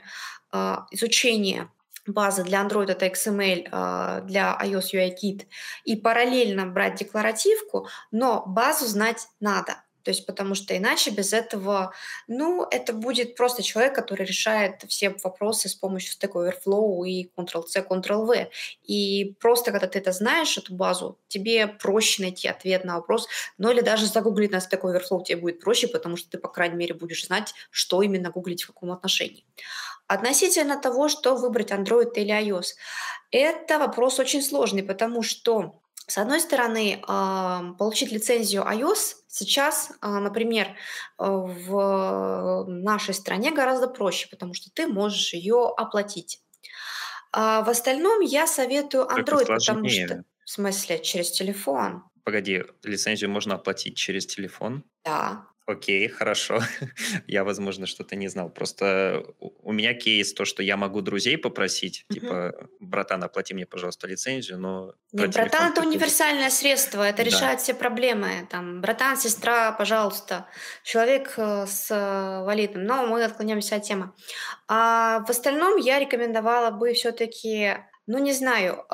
изучение базы для Android это XML, для iOS UI Kit, и параллельно брать декларативку, но базу знать надо. То есть потому что иначе без этого, ну, это будет просто человек, который решает все вопросы с помощью Stack Overflow и Ctrl-C, Ctrl-V. И просто когда ты это знаешь, эту базу, тебе проще найти ответ на вопрос, ну или даже загуглить на Stack Overflow тебе будет проще, потому что ты, по крайней мере, будешь знать, что именно гуглить в каком отношении. Относительно того, что выбрать Android или iOS, это вопрос очень сложный, потому что, с одной стороны, получить лицензию iOS сейчас, например, в нашей стране гораздо проще, потому что ты можешь ее оплатить. В остальном я советую Это Android, потому что, сложнее. в смысле, через телефон. Погоди, лицензию можно оплатить через телефон? Да. Окей, хорошо. Я, возможно, что-то не знал. Просто у меня кейс то, что я могу друзей попросить, Мгм. типа, братан, оплати мне, пожалуйста, лицензию, но Не, про телефон братан — это прикол. универсальное средство, это Да. решает все проблемы. Там, братан, сестра, пожалуйста, человек с валидным. Но мы отклоняемся от темы. А в остальном я рекомендовала бы все-таки, ну не знаю,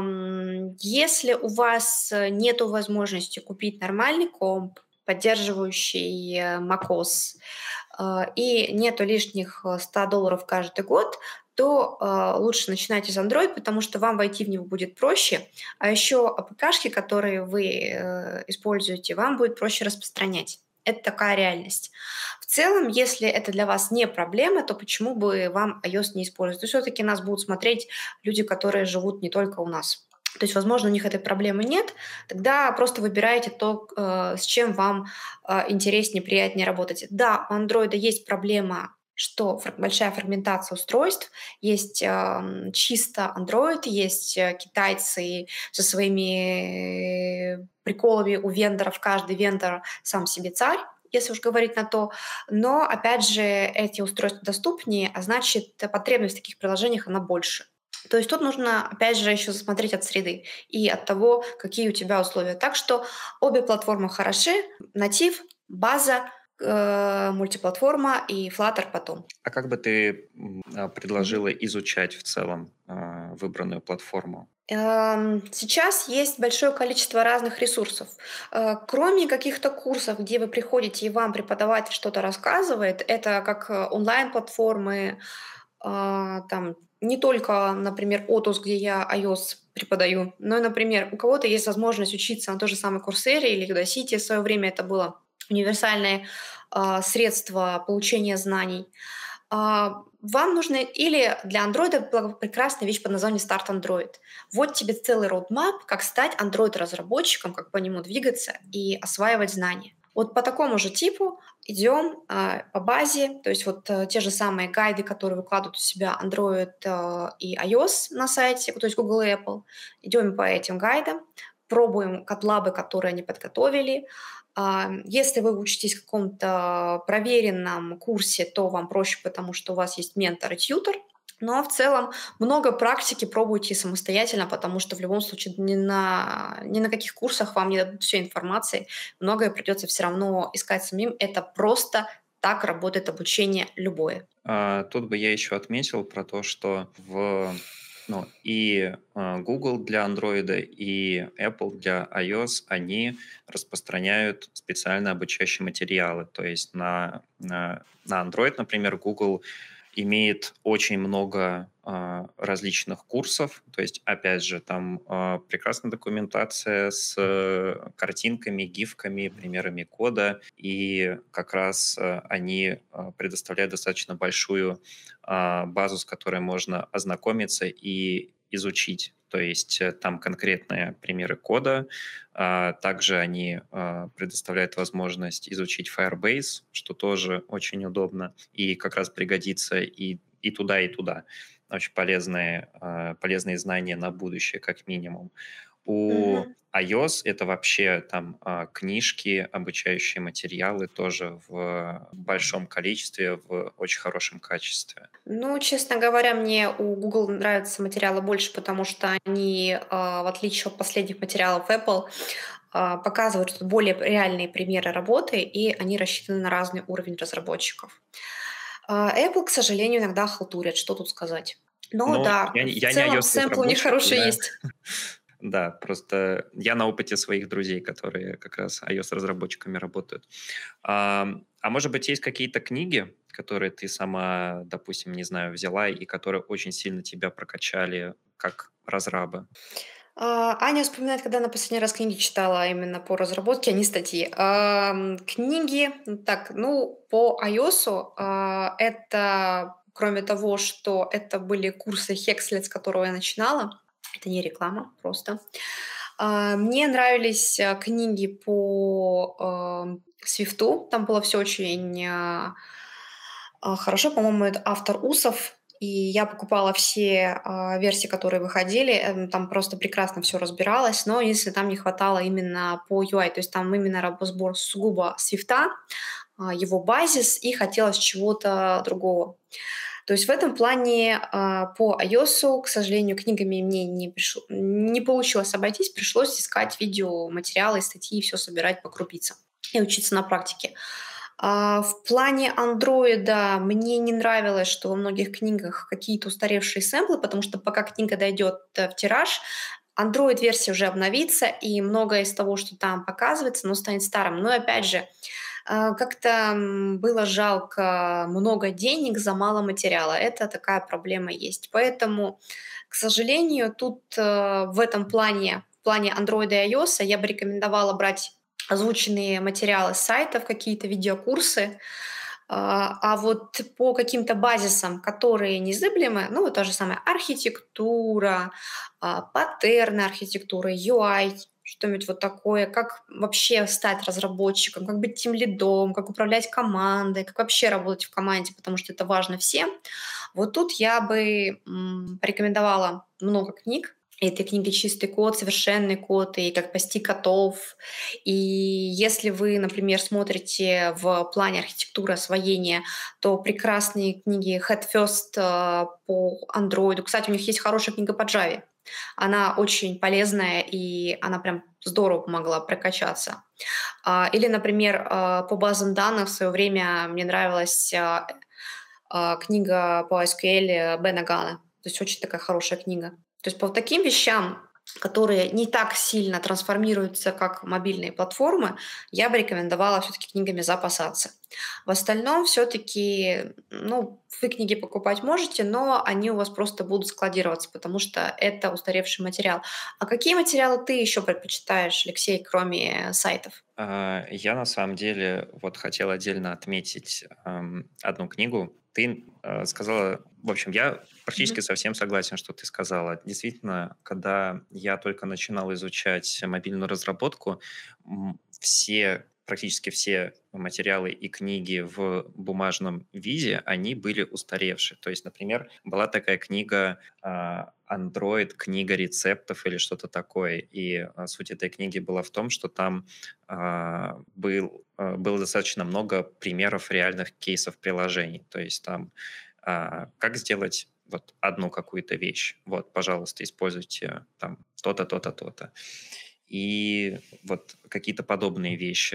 если у вас нету возможности купить нормальный комп, поддерживающий macOS, и нету лишних $100 каждый год, то лучше начинайте с Android, потому что вам войти в него будет проще, а еще АПКшки, которые вы используете, вам будет проще распространять. Это такая реальность. В целом, если это для вас не проблема, то почему бы вам iOS не использовать? То все-таки нас будут смотреть люди, которые живут не только у нас. То есть, возможно, у них этой проблемы нет, тогда просто выбирайте то, с чем вам интереснее, приятнее работать. Да, у андроида есть проблема, что большая фрагментация устройств, есть чисто Android, есть китайцы со своими приколами у вендоров, каждый вендор сам себе царь, если уж говорить на то. Но, опять же, эти устройства доступнее, а значит, потребность в таких приложениях, она больше. То есть тут нужно, опять же, еще смотреть от среды и от того, какие у тебя условия. Так что обе платформы хороши, натив, база, мультиплатформа и Flutter потом. А как бы ты предложила Мгм. изучать в целом выбранную платформу? Сейчас есть большое количество разных ресурсов. Кроме каких-то курсов, где вы приходите и вам преподаватель что-то рассказывает, это как онлайн-платформы, там не только, например, Otus, где я iOS преподаю, но и, например, у кого-то есть возможность учиться на той же самой Coursera или Udacity. В свое время это было универсальное средство получения знаний. Вам нужно или для андроида была прекрасная вещь под названием Start Android. Вот тебе целый roadmap, как стать Android-разработчиком, как по нему двигаться и осваивать знания. Вот по такому же типу идем по базе, то есть вот те же самые гайды, которые выкладывают у себя Android и iOS на сайте, то есть Google и Apple. Идем по этим гайдам, пробуем котлабы, которые они подготовили. Если вы учитесь в каком-то проверенном курсе, то вам проще, потому что у вас есть ментор и тьютор. Но в целом много практики пробуйте самостоятельно, потому что в любом случае ни на каких курсах вам не дадут всей информации. Многое придется все равно искать самим. Это просто так работает обучение любое. Тут бы я еще отметил про то, что Google для Android и Apple для iOS, они распространяют специально обучающие материалы. То есть на Android, например, Google имеет очень много различных курсов. То есть, опять же, там прекрасная документация с картинками, гифками, примерами кода. И как раз они предоставляют достаточно большую базу, с которой можно ознакомиться и изучить. То есть там конкретные примеры кода. Также они предоставляют возможность изучить Firebase, что тоже очень удобно и как раз пригодится и туда, и туда. Очень полезные знания на будущее, как минимум. У Мгм. iOS это вообще там книжки, обучающие материалы тоже в большом количестве, в очень хорошем качестве. Ну, честно говоря, мне у Google нравятся материалы больше, потому что они, в отличие от последних материалов Apple, показывают тут более реальные примеры работы, и они рассчитаны на разный уровень разработчиков. Apple, к сожалению, иногда халтурят, что тут сказать. Но Но да, в я не целом сэмпл у них iOS-разработчик, хороший есть. Да, просто я на опыте своих друзей, которые как раз iOS-разработчиками работают. А может быть, есть какие-то книги, которые ты сама, допустим, не знаю, взяла и которые очень сильно тебя прокачали как разраба? Аня вспоминает, когда она последний раз книги читала именно по разработке, а не статьи. Книги, так, ну, по iOS, это, кроме того, что это были курсы Hexlet, с которого я начинала, это не реклама, просто. Мне нравились книги по Свифту, там было все очень хорошо, по-моему, это автор Усов, и я покупала все версии, которые выходили, там просто прекрасно все разбиралось, но если там не хватало именно по UI, то есть там именно сбор сугубо свифта, его базис, и хотелось чего-то другого. То есть в этом плане по iOS, к сожалению, книгами мне не получилось обойтись, пришлось искать видеоматериалы, статьи и все собирать по крупицам и учиться на практике. В плане андроида мне не нравилось, что во многих книгах какие-то устаревшие сэмплы, потому что пока книга дойдет в тираж, Android-версия уже обновится, и многое из того, что там показывается, оно станет старым. Но опять же, как-то было жалко много денег за мало материала. Это такая проблема есть. Поэтому, к сожалению, тут в этом плане, в плане Android и iOS я бы рекомендовала брать озвученные материалы с сайтов, какие-то видеокурсы. А вот по каким-то базисам, которые незыблемы, ну, вот та же самая архитектура, паттерны архитектуры, UI, что-нибудь вот такое, как вообще стать разработчиком, как быть тимлидом, как управлять командой, как вообще работать в команде, потому что это важно всем. Вот тут я бы порекомендовала много книг. Этой книги «Чистый код», «Совершенный код» и «Как пасти котов». И если вы, например, смотрите в плане архитектуры освоения, то прекрасные книги Head First по Android. Кстати, у них есть хорошая книга по Java. Она очень полезная, и она прям здорово помогла прокачаться. Или, например, по базам данных в свое время мне нравилась книга по SQL Бена Гана. То есть очень такая хорошая книга. То есть по вот таким вещам, которые не так сильно трансформируются, как мобильные платформы, я бы рекомендовала все-таки книгами запасаться. В остальном все-таки, ну, вы книги покупать можете, но они у вас просто будут складироваться, потому что это устаревший материал. А какие материалы ты еще предпочитаешь, Алексей, кроме сайтов? Я на самом деле вот хотел отдельно отметить одну книгу. Ты сказала, в общем, я практически Мгм. совсем согласен, что ты сказала. Действительно, когда я только начинал изучать мобильную разработку, практически все материалы и книги в бумажном виде, они были устаревшие. То есть, например, была такая книга Android, книга рецептов или что-то такое. И суть этой книги была в том, что там было достаточно много примеров реальных кейсов приложений. То есть там как сделать вот одну какую-то вещь. Вот, пожалуйста, используйте там то-то, то-то, то-то. И вот какие-то подобные вещи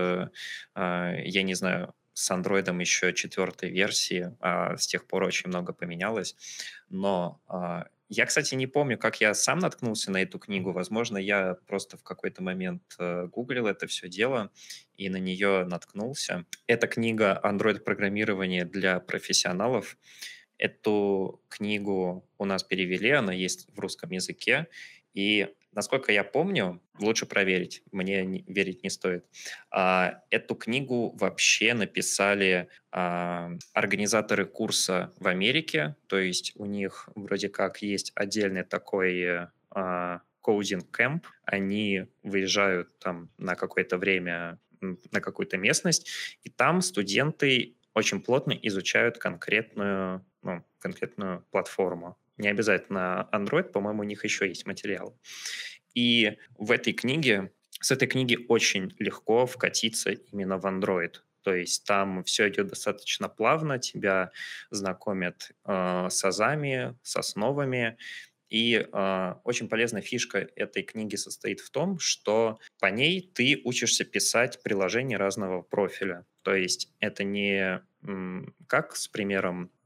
я не знаю, с андроидом еще четвертой версии, с тех пор очень много поменялось, но я, кстати, не помню, как я сам наткнулся на эту книгу. Возможно, я просто в какой-то момент гуглил это все дело и на нее наткнулся. Это книга «Android-программирование для профессионалов». Эту книгу у нас перевели, она есть в русском языке. И, насколько я помню, лучше проверить, мне верить не стоит, эту книгу вообще написали организаторы курса в Америке, то есть у них вроде как есть отдельный такой коудинг-кэмп, они выезжают там на какое-то время на какую-то местность, и там студенты очень плотно изучают конкретную платформу. Не обязательно Android, по-моему, у них еще есть материал. И с этой книги очень легко вкатиться именно в Android. То есть там все идет достаточно плавно, тебя знакомят с азами, с основами. И очень полезная фишка этой книги состоит в том, что по ней ты учишься писать приложения разного профиля. То есть это не как с примером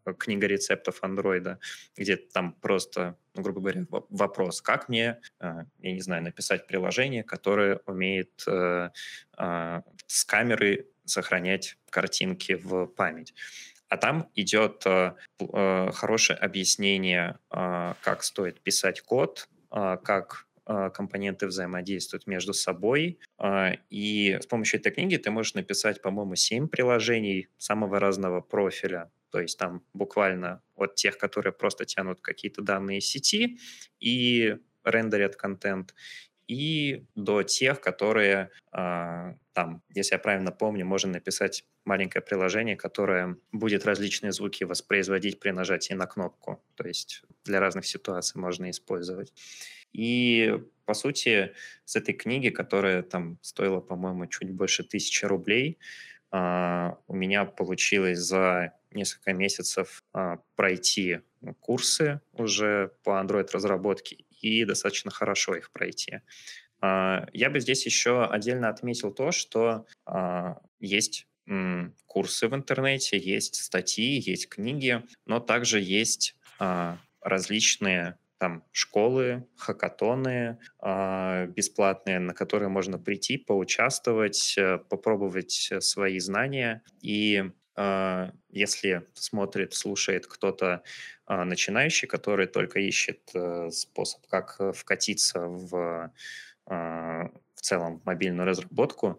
книга рецептов андроида, где там просто, ну, грубо говоря, вопрос, как мне, я не знаю, написать приложение, которое умеет с камеры сохранять картинки в память. А там идет хорошее объяснение, как стоит писать код, как компоненты взаимодействуют между собой. И с помощью этой книги ты можешь написать, по-моему, 7 приложений самого разного профиля. То есть там буквально от тех, которые просто тянут какие-то данные из сети и рендерят контент, и до тех, которые, там, если я правильно помню, можно написать маленькое приложение, которое будет различные звуки воспроизводить при нажатии на кнопку. То есть для разных ситуаций можно использовать. И, по сути, с этой книги, которая там стоила, по-моему, чуть больше 1000 рублей, у меня получилось за несколько месяцев пройти курсы уже по Android-разработке и достаточно хорошо их пройти. Я бы здесь еще отдельно отметил то, что есть курсы в интернете, есть статьи, есть книги, но также есть различные там школы, хакатоны бесплатные, на которые можно прийти, поучаствовать, попробовать свои знания. И если смотрит, слушает кто-то начинающий, который только ищет способ, как вкатиться в целом в мобильную разработку,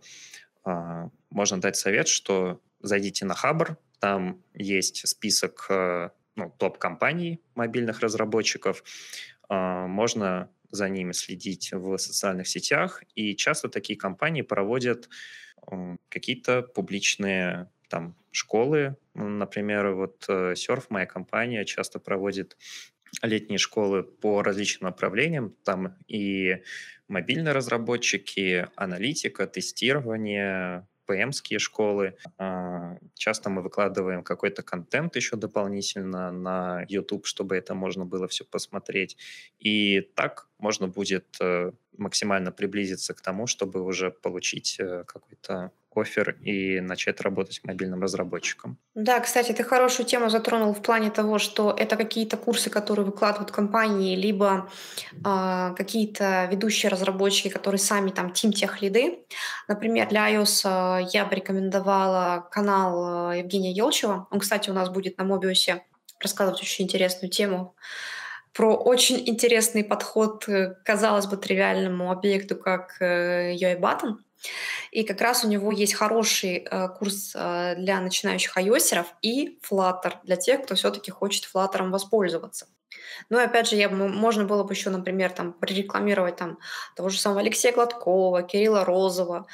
можно дать совет, что зайдите на Хабр, там есть список ну, топ-компаний мобильных разработчиков, можно за ними следить в социальных сетях, и часто такие компании проводят какие-то публичные там школы, например, вот Surf, моя компания, часто проводит летние школы по различным направлениям. Там и мобильные разработчики, аналитика, тестирование, ПМские школы. Часто мы выкладываем какой-то контент еще дополнительно на YouTube, чтобы это можно было все посмотреть. И так можно будет максимально приблизиться к тому, чтобы уже получить какой-то оффер и начать работать мобильным разработчиком. Да, кстати, ты хорошую тему затронул в плане того, что это какие-то курсы, которые выкладывают компании, либо какие-то ведущие разработчики, которые сами там тим-тех-лиды. Например, для iOS я бы рекомендовала канал Евгения Елчева. Он, кстати, у нас будет на Мобиусе рассказывать очень интересную тему про очень интересный подход к, казалось бы, тривиальному объекту, как UI-баттон. И как раз у него есть хороший курс для начинающих iOS-еров и Flutter для тех, кто все-таки хочет Flutter воспользоваться. Ну и опять же, можно было бы еще, например, там прорекламировать там того же самого Алексея Гладкова, Кирилла Розова.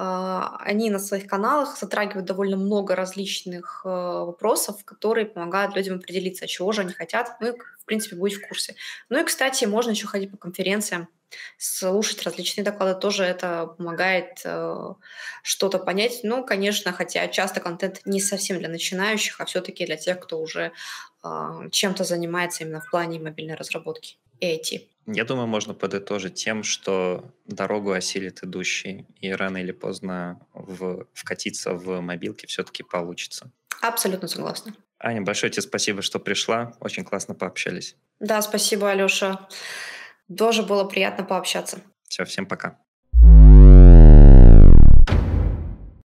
Они на своих каналах затрагивают довольно много различных вопросов, которые помогают людям определиться, чего же они хотят, ну и, в принципе, быть в курсе. Ну и, кстати, можно еще ходить по конференциям, слушать различные доклады, тоже это помогает что-то понять. Ну, конечно, хотя часто контент не совсем для начинающих, а все-таки для тех, кто уже чем-то занимается именно в плане мобильной разработки и IT. Я думаю, можно подытожить тем, что дорогу осилит идущий, и рано или поздно вкатиться в мобилки все-таки получится. Абсолютно согласна. Аня, большое тебе спасибо, что пришла. Очень классно пообщались. Да, спасибо, Алёша. Тоже было приятно пообщаться. Все, всем пока.